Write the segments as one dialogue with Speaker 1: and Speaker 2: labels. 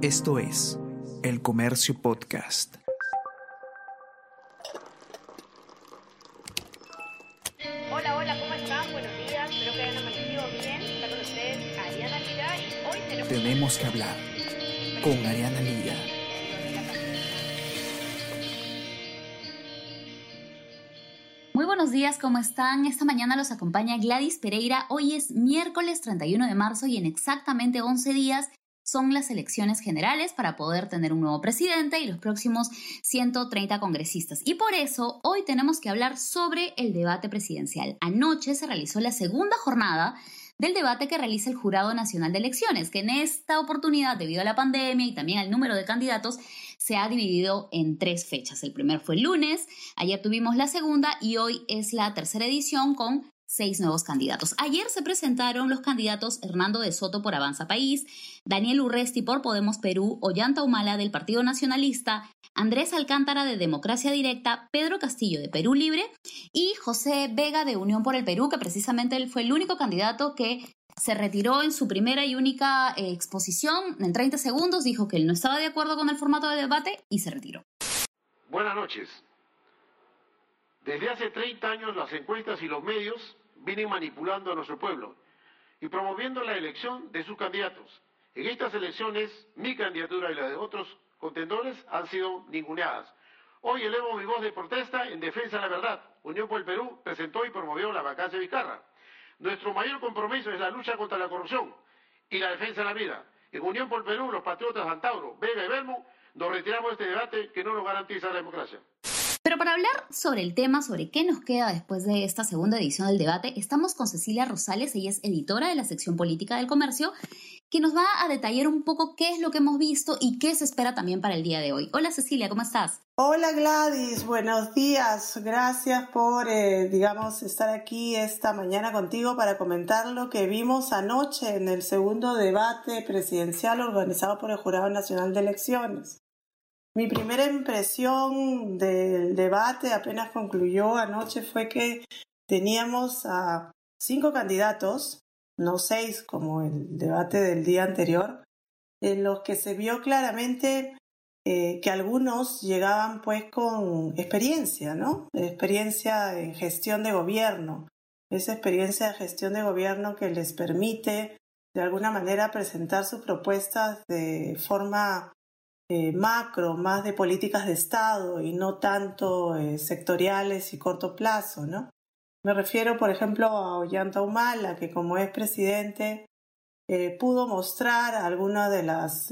Speaker 1: Esto es El Comercio Podcast.
Speaker 2: Hola, hola, ¿cómo están? Buenos días, espero que hayan amanecido bien. Está con ustedes Ariana Lira y hoy
Speaker 1: Tenemos que hablar con Ariana Lira.
Speaker 3: Muy buenos días, ¿cómo están? Esta mañana los acompaña Gladys Pereira. Hoy es miércoles 31 de marzo y en exactamente 11 días son las elecciones generales para poder tener un nuevo presidente y los próximos 130 congresistas. Y por eso hoy tenemos que hablar sobre el debate presidencial. Anoche se realizó la segunda jornada del debate que realiza el Jurado Nacional de Elecciones, que en esta oportunidad, debido a la pandemia y también al número de candidatos, se ha dividido en 3 fechas. El primero fue el lunes, ayer tuvimos la segunda y hoy es la tercera edición con 6 nuevos candidatos. Ayer se presentaron los candidatos Hernando de Soto por Avanza País, Daniel Urresti por Podemos Perú, Ollanta Humala del Partido Nacionalista, Andrés Alcántara de Democracia Directa, Pedro Castillo de Perú Libre y José Vega de Unión por el Perú, que precisamente él fue el único candidato que se retiró en su primera y única exposición. En 30 segundos dijo que él no estaba de acuerdo con el formato de debate y se retiró.
Speaker 4: Buenas noches. Desde hace 30 años las encuestas y los medios vienen manipulando a nuestro pueblo y promoviendo la elección de sus candidatos. En estas elecciones, mi candidatura y la de otros contendores han sido ninguneadas. Hoy elevo mi voz de protesta en defensa de la verdad. Unión por el Perú presentó y promovió la vacancia de Vizcarra. Nuestro mayor compromiso es la lucha contra la corrupción y la defensa de la vida. En Unión por el Perú, los patriotas Antauro, Vega y Belmo nos retiramos de este debate que no nos garantiza la democracia.
Speaker 3: Pero para hablar sobre el tema, sobre qué nos queda después de esta segunda edición del debate, estamos con Cecilia Rosales. Ella es editora de la sección política del Comercio, que nos va a detallar un poco qué es lo que hemos visto y qué se espera también para el día de hoy. Hola Cecilia, ¿cómo estás?
Speaker 5: Hola Gladys, buenos días. Gracias por, estar aquí esta mañana contigo para comentar lo que vimos anoche en el segundo debate presidencial organizado por el Jurado Nacional de Elecciones. Mi primera impresión del debate apenas concluyó anoche fue que teníamos a 5 candidatos, no 6 como el debate del día anterior, en los que se vio claramente que algunos llegaban pues con experiencia, ¿no? Experiencia en gestión de gobierno, esa experiencia de gestión de gobierno que les permite de alguna manera presentar sus propuestas de forma macro, más de políticas de Estado y no tanto sectoriales y corto plazo, ¿no? Me refiero, por ejemplo, a Ollanta Humala, que como es presidente pudo mostrar algunas de las,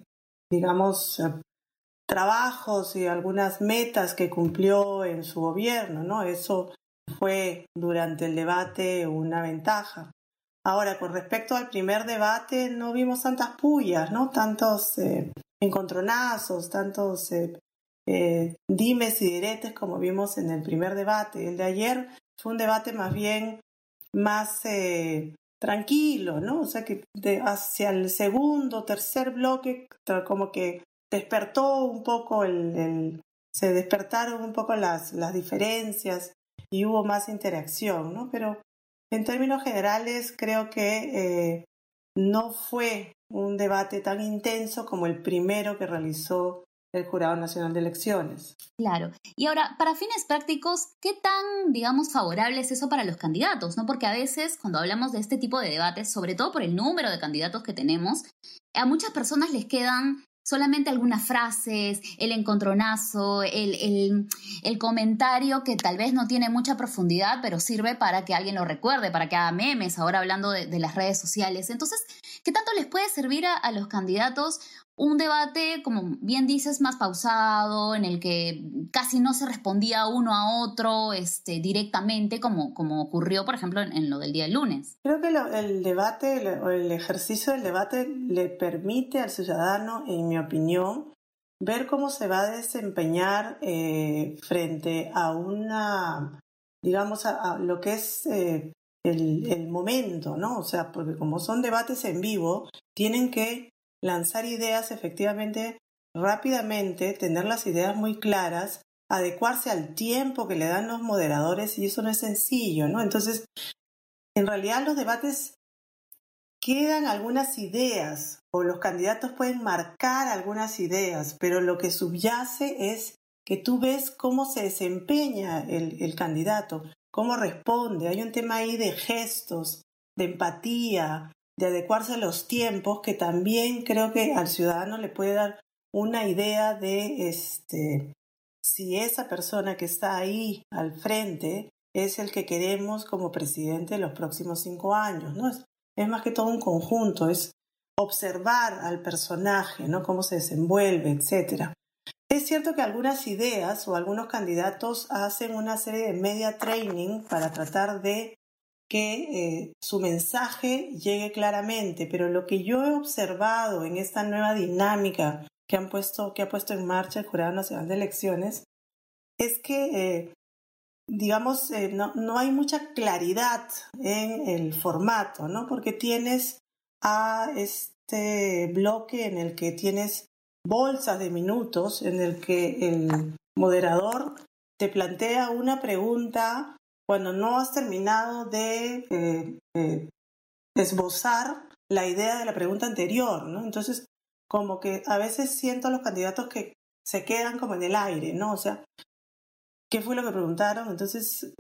Speaker 5: trabajos y algunas metas que cumplió en su gobierno, ¿no? Eso fue durante el debate una ventaja. Ahora, con respecto al primer debate, no vimos tantas pullas, ¿no? Tantos encontronazos, tantos dimes y diretes como vimos en el primer debate. El de ayer fue un debate más bien más tranquilo, ¿no? O sea que hacia el segundo, tercer bloque como que despertó un poco se despertaron un poco las diferencias y hubo más interacción, ¿no? Pero en términos generales creo que no fue un debate tan intenso como el primero que realizó el Jurado Nacional de Elecciones.
Speaker 3: Claro. Y ahora, para fines prácticos, ¿qué tan, favorable es eso para los candidatos, ¿no? Porque a veces, cuando hablamos de este tipo de debates, sobre todo por el número de candidatos que tenemos, a muchas personas les quedan solamente algunas frases, el encontronazo, el comentario que tal vez no tiene mucha profundidad, pero sirve para que alguien lo recuerde, para que haga memes, ahora hablando de las redes sociales. Entonces, ¿qué tanto les puede servir a los candidatos un debate, como bien dices, más pausado, en el que casi no se respondía uno a otro directamente, como ocurrió, por ejemplo, en lo del día del lunes?
Speaker 5: Creo que el debate, el ejercicio del debate le permite al ciudadano, en mi opinión, ver cómo se va a desempeñar frente a a lo que es el momento, ¿no? O sea, porque como son debates en vivo, tienen que lanzar ideas efectivamente rápidamente, tener las ideas muy claras, adecuarse al tiempo que le dan los moderadores y eso no es sencillo, ¿no? Entonces, en realidad los debates quedan algunas ideas o los candidatos pueden marcar algunas ideas, pero lo que subyace es que tú ves cómo se desempeña el candidato, cómo responde. Hay un tema ahí de gestos, de empatía, de adecuarse a los tiempos, que también creo que al ciudadano le puede dar una idea de si esa persona que está ahí al frente es el que queremos como presidente de los próximos 5 años, ¿no? Es más que todo un conjunto, es observar al personaje, ¿no? Cómo se desenvuelve, etc. Es cierto que algunas ideas o algunos candidatos hacen una serie de media training para tratar de que su mensaje llegue claramente, pero lo que yo he observado en esta nueva dinámica que ha puesto en marcha el Jurado Nacional de Elecciones es que, no hay mucha claridad en el formato, ¿no? Porque tienes a este bloque en el que tienes bolsas de minutos, en el que el moderador te plantea una pregunta cuando no has terminado de esbozar la idea de la pregunta anterior, ¿no? Entonces, como que a veces siento a los candidatos que se quedan como en el aire, ¿no? O sea, ¿qué fue lo que preguntaron? Entonces,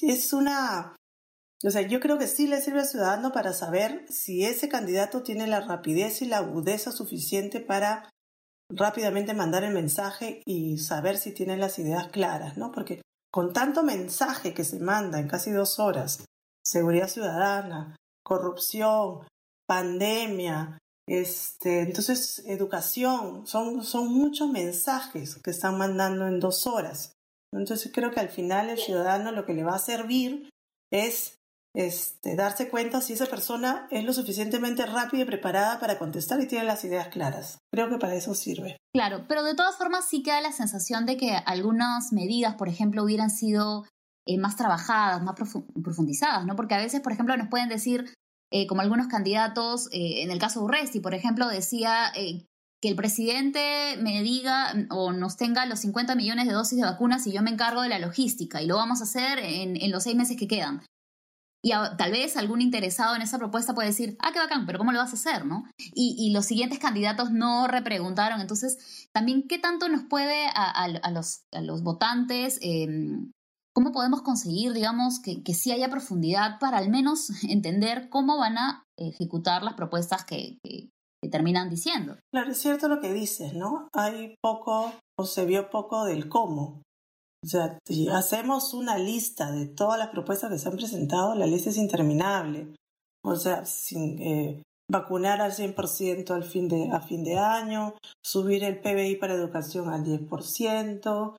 Speaker 5: yo creo que sí le sirve al ciudadano para saber si ese candidato tiene la rapidez y la agudeza suficiente para rápidamente mandar el mensaje y saber si tiene las ideas claras, ¿no? Porque con tanto mensaje que se manda en casi 2 horas, seguridad ciudadana, corrupción, pandemia, entonces educación, son muchos mensajes que están mandando en 2 horas. Entonces creo que al final el ciudadano lo que le va a servir es darse cuenta si esa persona es lo suficientemente rápida y preparada para contestar y tiene las ideas claras. Creo que para eso sirve.
Speaker 3: Claro, pero de todas formas sí queda la sensación de que algunas medidas, por ejemplo, hubieran sido más trabajadas, más profundizadas, ¿no? Porque a veces, por ejemplo, nos pueden decir, como algunos candidatos, en el caso de Urresti, por ejemplo, decía que el presidente me diga o nos tenga los 50 millones de dosis de vacunas y yo me encargo de la logística y lo vamos a hacer en los 6 meses que quedan. Y tal vez algún interesado en esa propuesta puede decir, qué bacán, pero ¿cómo lo vas a hacer, no? Y los siguientes candidatos no repreguntaron. Entonces, también, ¿qué tanto nos puede a los votantes? ¿Cómo podemos conseguir, digamos, que sí haya profundidad para al menos entender cómo van a ejecutar las propuestas que terminan diciendo?
Speaker 5: Claro, es cierto lo que dices, ¿no? Hay poco, o se vio poco del cómo. O sea, si hacemos una lista de todas las propuestas que se han presentado, la lista es interminable. O sea, vacunar al 100% a fin de año, subir el PBI para educación al 10%,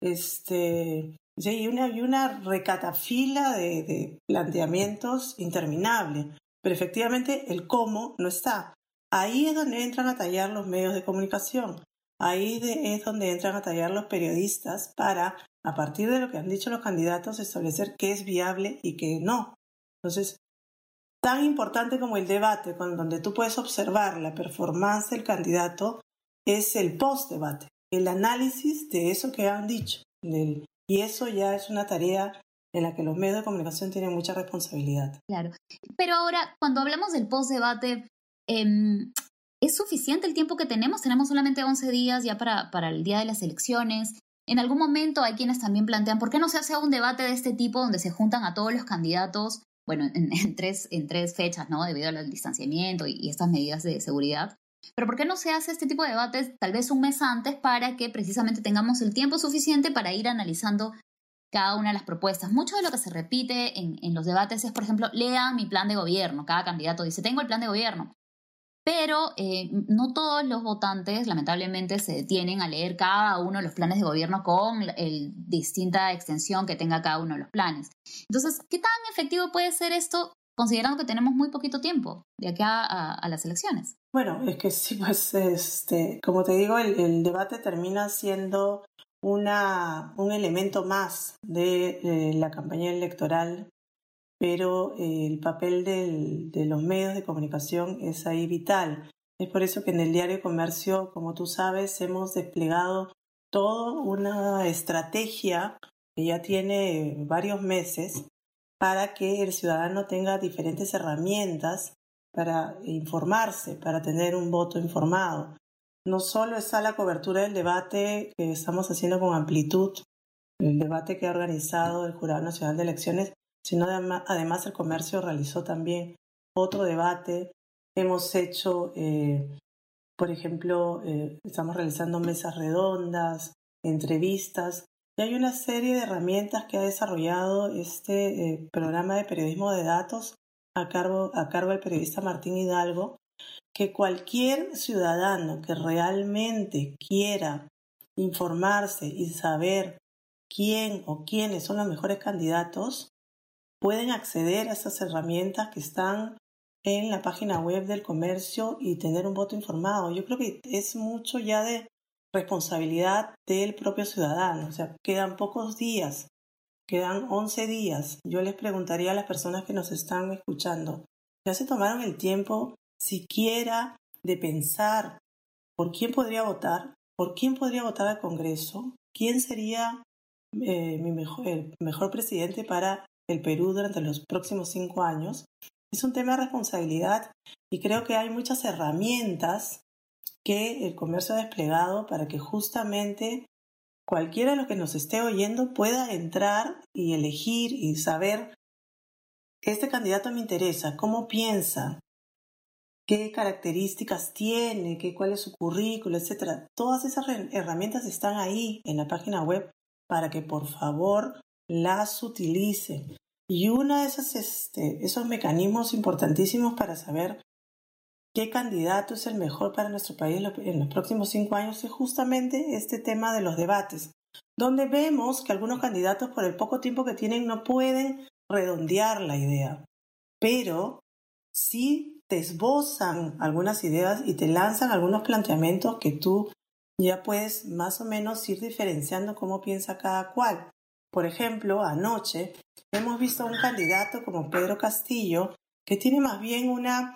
Speaker 5: y una recatafila de planteamientos interminable. Pero efectivamente el cómo no está. Ahí es donde entran a tallar los medios de comunicación. Ahí es donde entran a tallar los periodistas para, a partir de lo que han dicho los candidatos, establecer qué es viable y qué no. Entonces, tan importante como el debate, donde tú puedes observar la performance del candidato, es el post-debate, el análisis de eso que han dicho. Y eso ya es una tarea en la que los medios de comunicación tienen mucha responsabilidad.
Speaker 3: Claro. Pero ahora, cuando hablamos del post-debate, ¿es suficiente el tiempo que tenemos? Tenemos solamente 11 días ya para el día de las elecciones. En algún momento hay quienes también plantean, ¿por qué no se hace un debate de este tipo donde se juntan a todos los candidatos, bueno, en tres fechas, ¿no? Debido al distanciamiento y estas medidas de seguridad. Pero ¿por qué no se hace este tipo de debates tal vez un mes antes para que precisamente tengamos el tiempo suficiente para ir analizando cada una de las propuestas? Mucho de lo que se repite en los debates es, por ejemplo, lean mi plan de gobierno. Cada candidato dice, tengo el plan de gobierno. Pero no todos los votantes, lamentablemente, se detienen a leer cada uno de los planes de gobierno con distinta extensión que tenga cada uno de los planes. Entonces, ¿qué tan efectivo puede ser esto, considerando que tenemos muy poquito tiempo de acá a las elecciones?
Speaker 5: Bueno, es que sí, pues, como te digo, el debate termina siendo un elemento más de la campaña electoral, pero el papel de los medios de comunicación es ahí vital. Es por eso que en el Diario de Comercio, como tú sabes, hemos desplegado toda una estrategia que ya tiene varios meses para que el ciudadano tenga diferentes herramientas para informarse, para tener un voto informado. No solo está la cobertura del debate que estamos haciendo con Amplitud, el debate que ha organizado el Jurado Nacional de Elecciones, sino además el comercio realizó también otro debate. Hemos hecho, por ejemplo, estamos realizando mesas redondas, entrevistas, y hay una serie de herramientas que ha desarrollado este programa de periodismo de datos a cargo del periodista Martín Hidalgo, que cualquier ciudadano que realmente quiera informarse y saber quién o quiénes son los mejores candidatos, pueden acceder a esas herramientas que están en la página web del comercio y tener un voto informado. Yo creo que es mucho ya de responsabilidad del propio ciudadano. O sea, quedan pocos días, quedan 11 días. Yo les preguntaría a las personas que nos están escuchando, ¿ya se tomaron el tiempo siquiera de pensar por quién podría votar? ¿Por quién podría votar al Congreso? ¿Quién sería el mejor presidente para el Perú durante los próximos 5 años? Es un tema de responsabilidad y creo que hay muchas herramientas que el comercio ha desplegado para que justamente cualquiera de los que nos esté oyendo pueda entrar y elegir y saber, este candidato me interesa, cómo piensa, qué características tiene, cuál es su currículo, etc. Todas esas herramientas están ahí en la página web para que por favor las utilicen. Y uno de esos mecanismos importantísimos para saber qué candidato es el mejor para nuestro país en los próximos 5 años es justamente este tema de los debates, donde vemos que algunos candidatos por el poco tiempo que tienen no pueden redondear la idea, pero sí te esbozan algunas ideas y te lanzan algunos planteamientos que tú ya puedes más o menos ir diferenciando cómo piensa cada cual. Por ejemplo, anoche hemos visto a un candidato como Pedro Castillo que tiene más bien una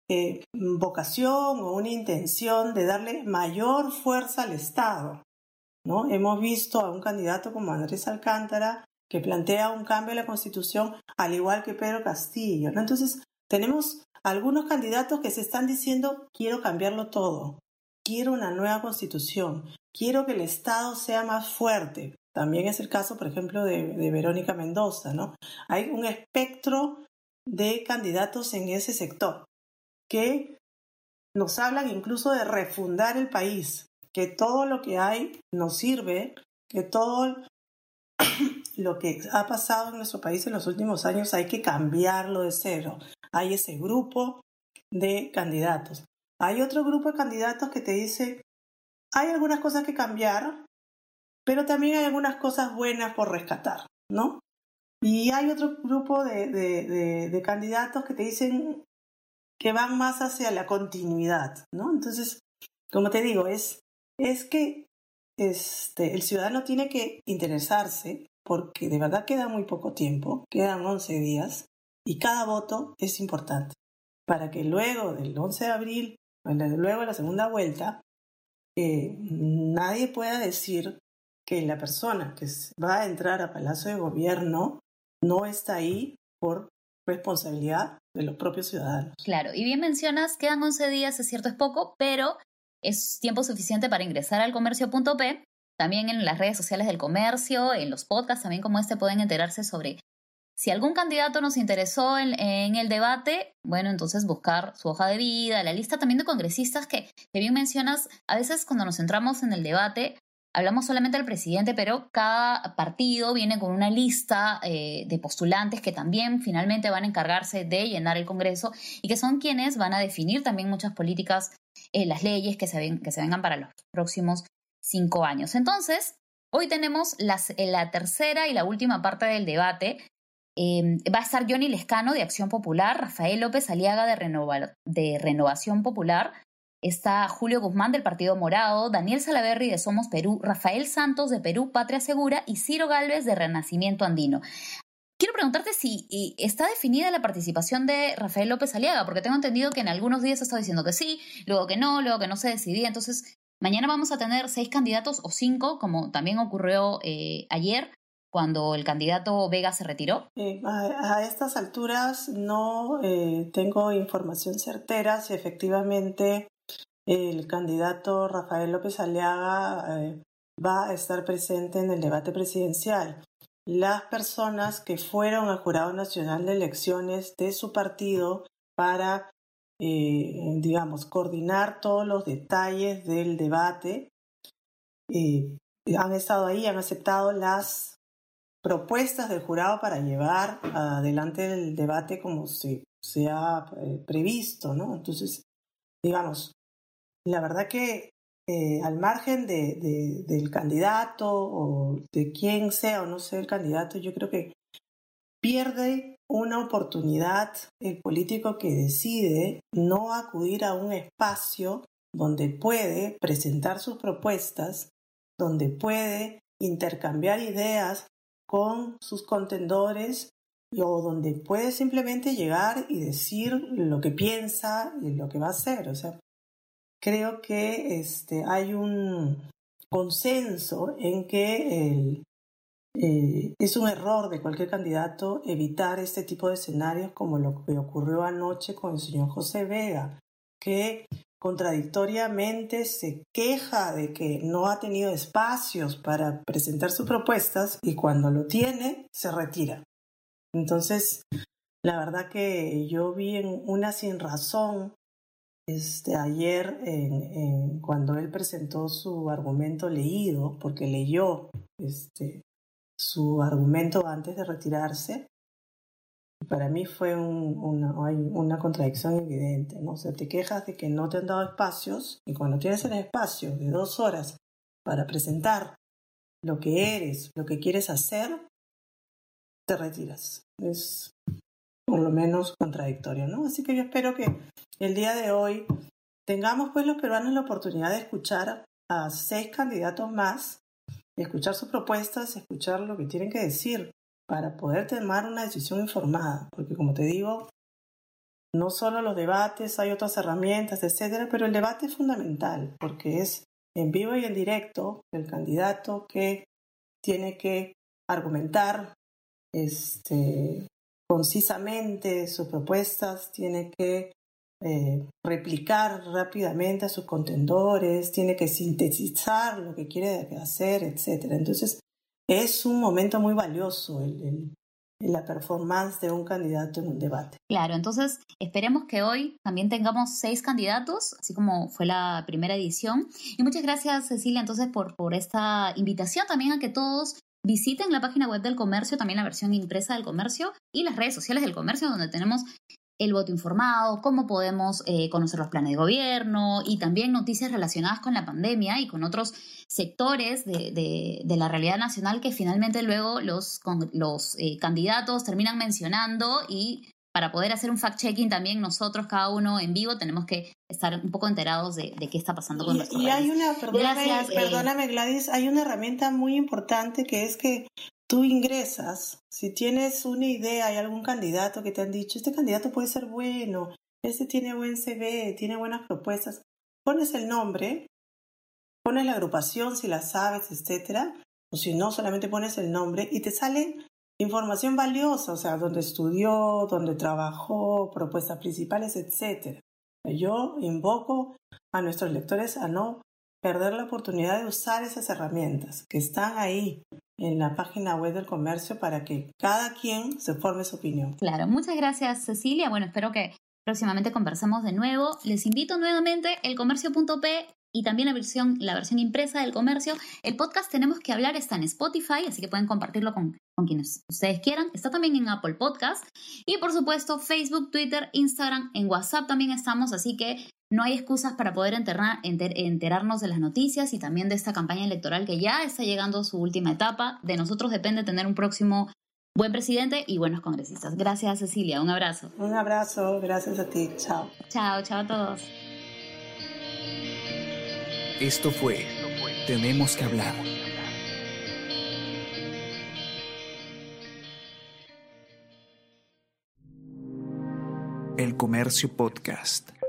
Speaker 5: vocación o una intención de darle mayor fuerza al Estado, ¿no? Hemos visto a un candidato como Andrés Alcántara que plantea un cambio en la Constitución al igual que Pedro Castillo, ¿no? Entonces tenemos algunos candidatos que se están diciendo quiero cambiarlo todo, quiero una nueva Constitución, quiero que el Estado sea más fuerte. También es el caso, por ejemplo, de Verónica Mendoza, ¿no? Hay un espectro de candidatos en ese sector que nos hablan incluso de refundar el país, que todo lo que hay nos sirve, que todo lo que ha pasado en nuestro país en los últimos años hay que cambiarlo de cero. Hay ese grupo de candidatos. Hay otro grupo de candidatos que te dice, hay algunas cosas que cambiar, pero también hay algunas cosas buenas por rescatar, ¿no? Y hay otro grupo de candidatos que te dicen que van más hacia la continuidad, ¿no? Entonces, como te digo, es que el ciudadano tiene que interesarse porque de verdad queda muy poco tiempo, quedan 11 días y cada voto es importante para que luego del 11 de abril, luego de la segunda vuelta, nadie pueda decir que la persona que va a entrar a Palacio de Gobierno no está ahí por responsabilidad de los propios ciudadanos.
Speaker 3: Claro, y bien mencionas, quedan 11 días, es cierto, es poco, pero es tiempo suficiente para ingresar al comercio.p. También en las redes sociales del comercio, en los podcasts también como este pueden enterarse sobre si algún candidato nos interesó en el debate, bueno, entonces buscar su hoja de vida, la lista también de congresistas que bien mencionas. A veces cuando nos centramos en el debate hablamos solamente del presidente, pero cada partido viene con una lista de postulantes que también finalmente van a encargarse de llenar el Congreso y que son quienes van a definir también muchas políticas, las leyes que se vengan para los próximos 5 años. Entonces, hoy tenemos la tercera y la última parte del debate. Va a estar Johnny Lescano de Acción Popular, Rafael López Aliaga de Renovación Popular, está Julio Guzmán del Partido Morado, Daniel Salaverry de Somos Perú, Rafael Santos de Perú Patria Segura y Ciro Gálvez de Renacimiento Andino. Quiero preguntarte si está definida la participación de Rafael López Aliaga, porque tengo entendido que en algunos días estaba diciendo que sí, luego que no se decidía. Entonces, mañana vamos a tener 6 candidatos o 5, como también ocurrió ayer. cuando el candidato Vega se retiró?
Speaker 5: A estas alturas no tengo información certera si efectivamente el candidato Rafael López Aliaga va a estar presente en el debate presidencial. Las personas que fueron al Jurado Nacional de Elecciones de su partido para, coordinar todos los detalles del debate, han estado ahí, han aceptado las propuestas del jurado para llevar adelante el debate como se ha previsto, ¿no? Entonces, la verdad que al margen del candidato o de quién sea o no sea el candidato, yo creo que pierde una oportunidad el político que decide no acudir a un espacio donde puede presentar sus propuestas, donde puede intercambiar ideas con sus contendores o donde puede simplemente llegar y decir lo que piensa y lo que va a hacer. O sea, creo que hay un consenso en que es un error de cualquier candidato evitar este tipo de escenarios como lo que ocurrió anoche con el señor José Vega, que contradictoriamente se queja de que no ha tenido espacios para presentar sus propuestas y cuando lo tiene se retira. Entonces, la verdad que yo vi en una sinrazón ayer cuando él presentó su argumento leído, porque leyó su argumento antes de retirarse. Para mí fue una contradicción evidente, ¿no? O sea, te quejas de que no te han dado espacios y cuando tienes el espacio de 2 horas para presentar lo que eres, lo que quieres hacer, te retiras. Es por lo menos contradictorio, ¿no? Así que yo espero que el día de hoy tengamos pues los peruanos la oportunidad de escuchar a 6 candidatos más, escuchar sus propuestas, escuchar lo que tienen que decir para poder tomar una decisión informada, porque como te digo, no solo los debates, hay otras herramientas, etcétera, pero el debate es fundamental, porque es en vivo y en directo el candidato que tiene que argumentar concisamente sus propuestas, tiene que replicar rápidamente a sus contendores, tiene que sintetizar lo que quiere hacer, etcétera. Entonces, es un momento muy valioso la performance de un candidato en un debate.
Speaker 3: Claro, entonces esperemos que hoy también tengamos 6 candidatos, así como fue la primera edición. Y muchas gracias, Cecilia, entonces por esta invitación también a que todos visiten la página web del Comercio, también la versión impresa del Comercio y las redes sociales del Comercio, donde tenemos el voto informado, cómo podemos conocer los planes de gobierno y también noticias relacionadas con la pandemia y con otros sectores de la realidad nacional que finalmente luego los candidatos terminan mencionando, y para poder hacer un fact-checking también nosotros, cada uno en vivo, tenemos que estar un poco enterados de qué está pasando con nuestro país.
Speaker 5: Y hay perdóname Gladys, hay una herramienta muy importante que es que tú ingresas, si tienes una idea, hay algún candidato que te han dicho, este candidato puede ser bueno, este tiene buen CV, tiene buenas propuestas, pones el nombre, pones la agrupación si la sabes, etcétera, o si no, solamente pones el nombre y te sale información valiosa, o sea, dónde estudió, dónde trabajó, propuestas principales, etcétera. Yo invoco a nuestros lectores a no perder la oportunidad de usar esas herramientas que están ahí en la página web del Comercio para que cada quien se forme su opinión.
Speaker 3: Claro, muchas gracias, Cecilia. Bueno, espero que próximamente conversemos de nuevo. Les invito nuevamente elcomercio.p y también la versión impresa del Comercio. El podcast Tenemos que Hablar está en Spotify, así que pueden compartirlo con quienes ustedes quieran. Está también en Apple Podcast y, por supuesto, Facebook, Twitter, Instagram, en WhatsApp también estamos, así que no hay excusas para poder enterarnos de las noticias y también de esta campaña electoral que ya está llegando a su última etapa. De nosotros depende tener un próximo buen presidente y buenos congresistas. Gracias, Cecilia. Un abrazo.
Speaker 5: Un abrazo. Gracias a ti. Chao.
Speaker 3: Chao a todos.
Speaker 1: Esto fue Tenemos que Hablar. El Comercio Podcast.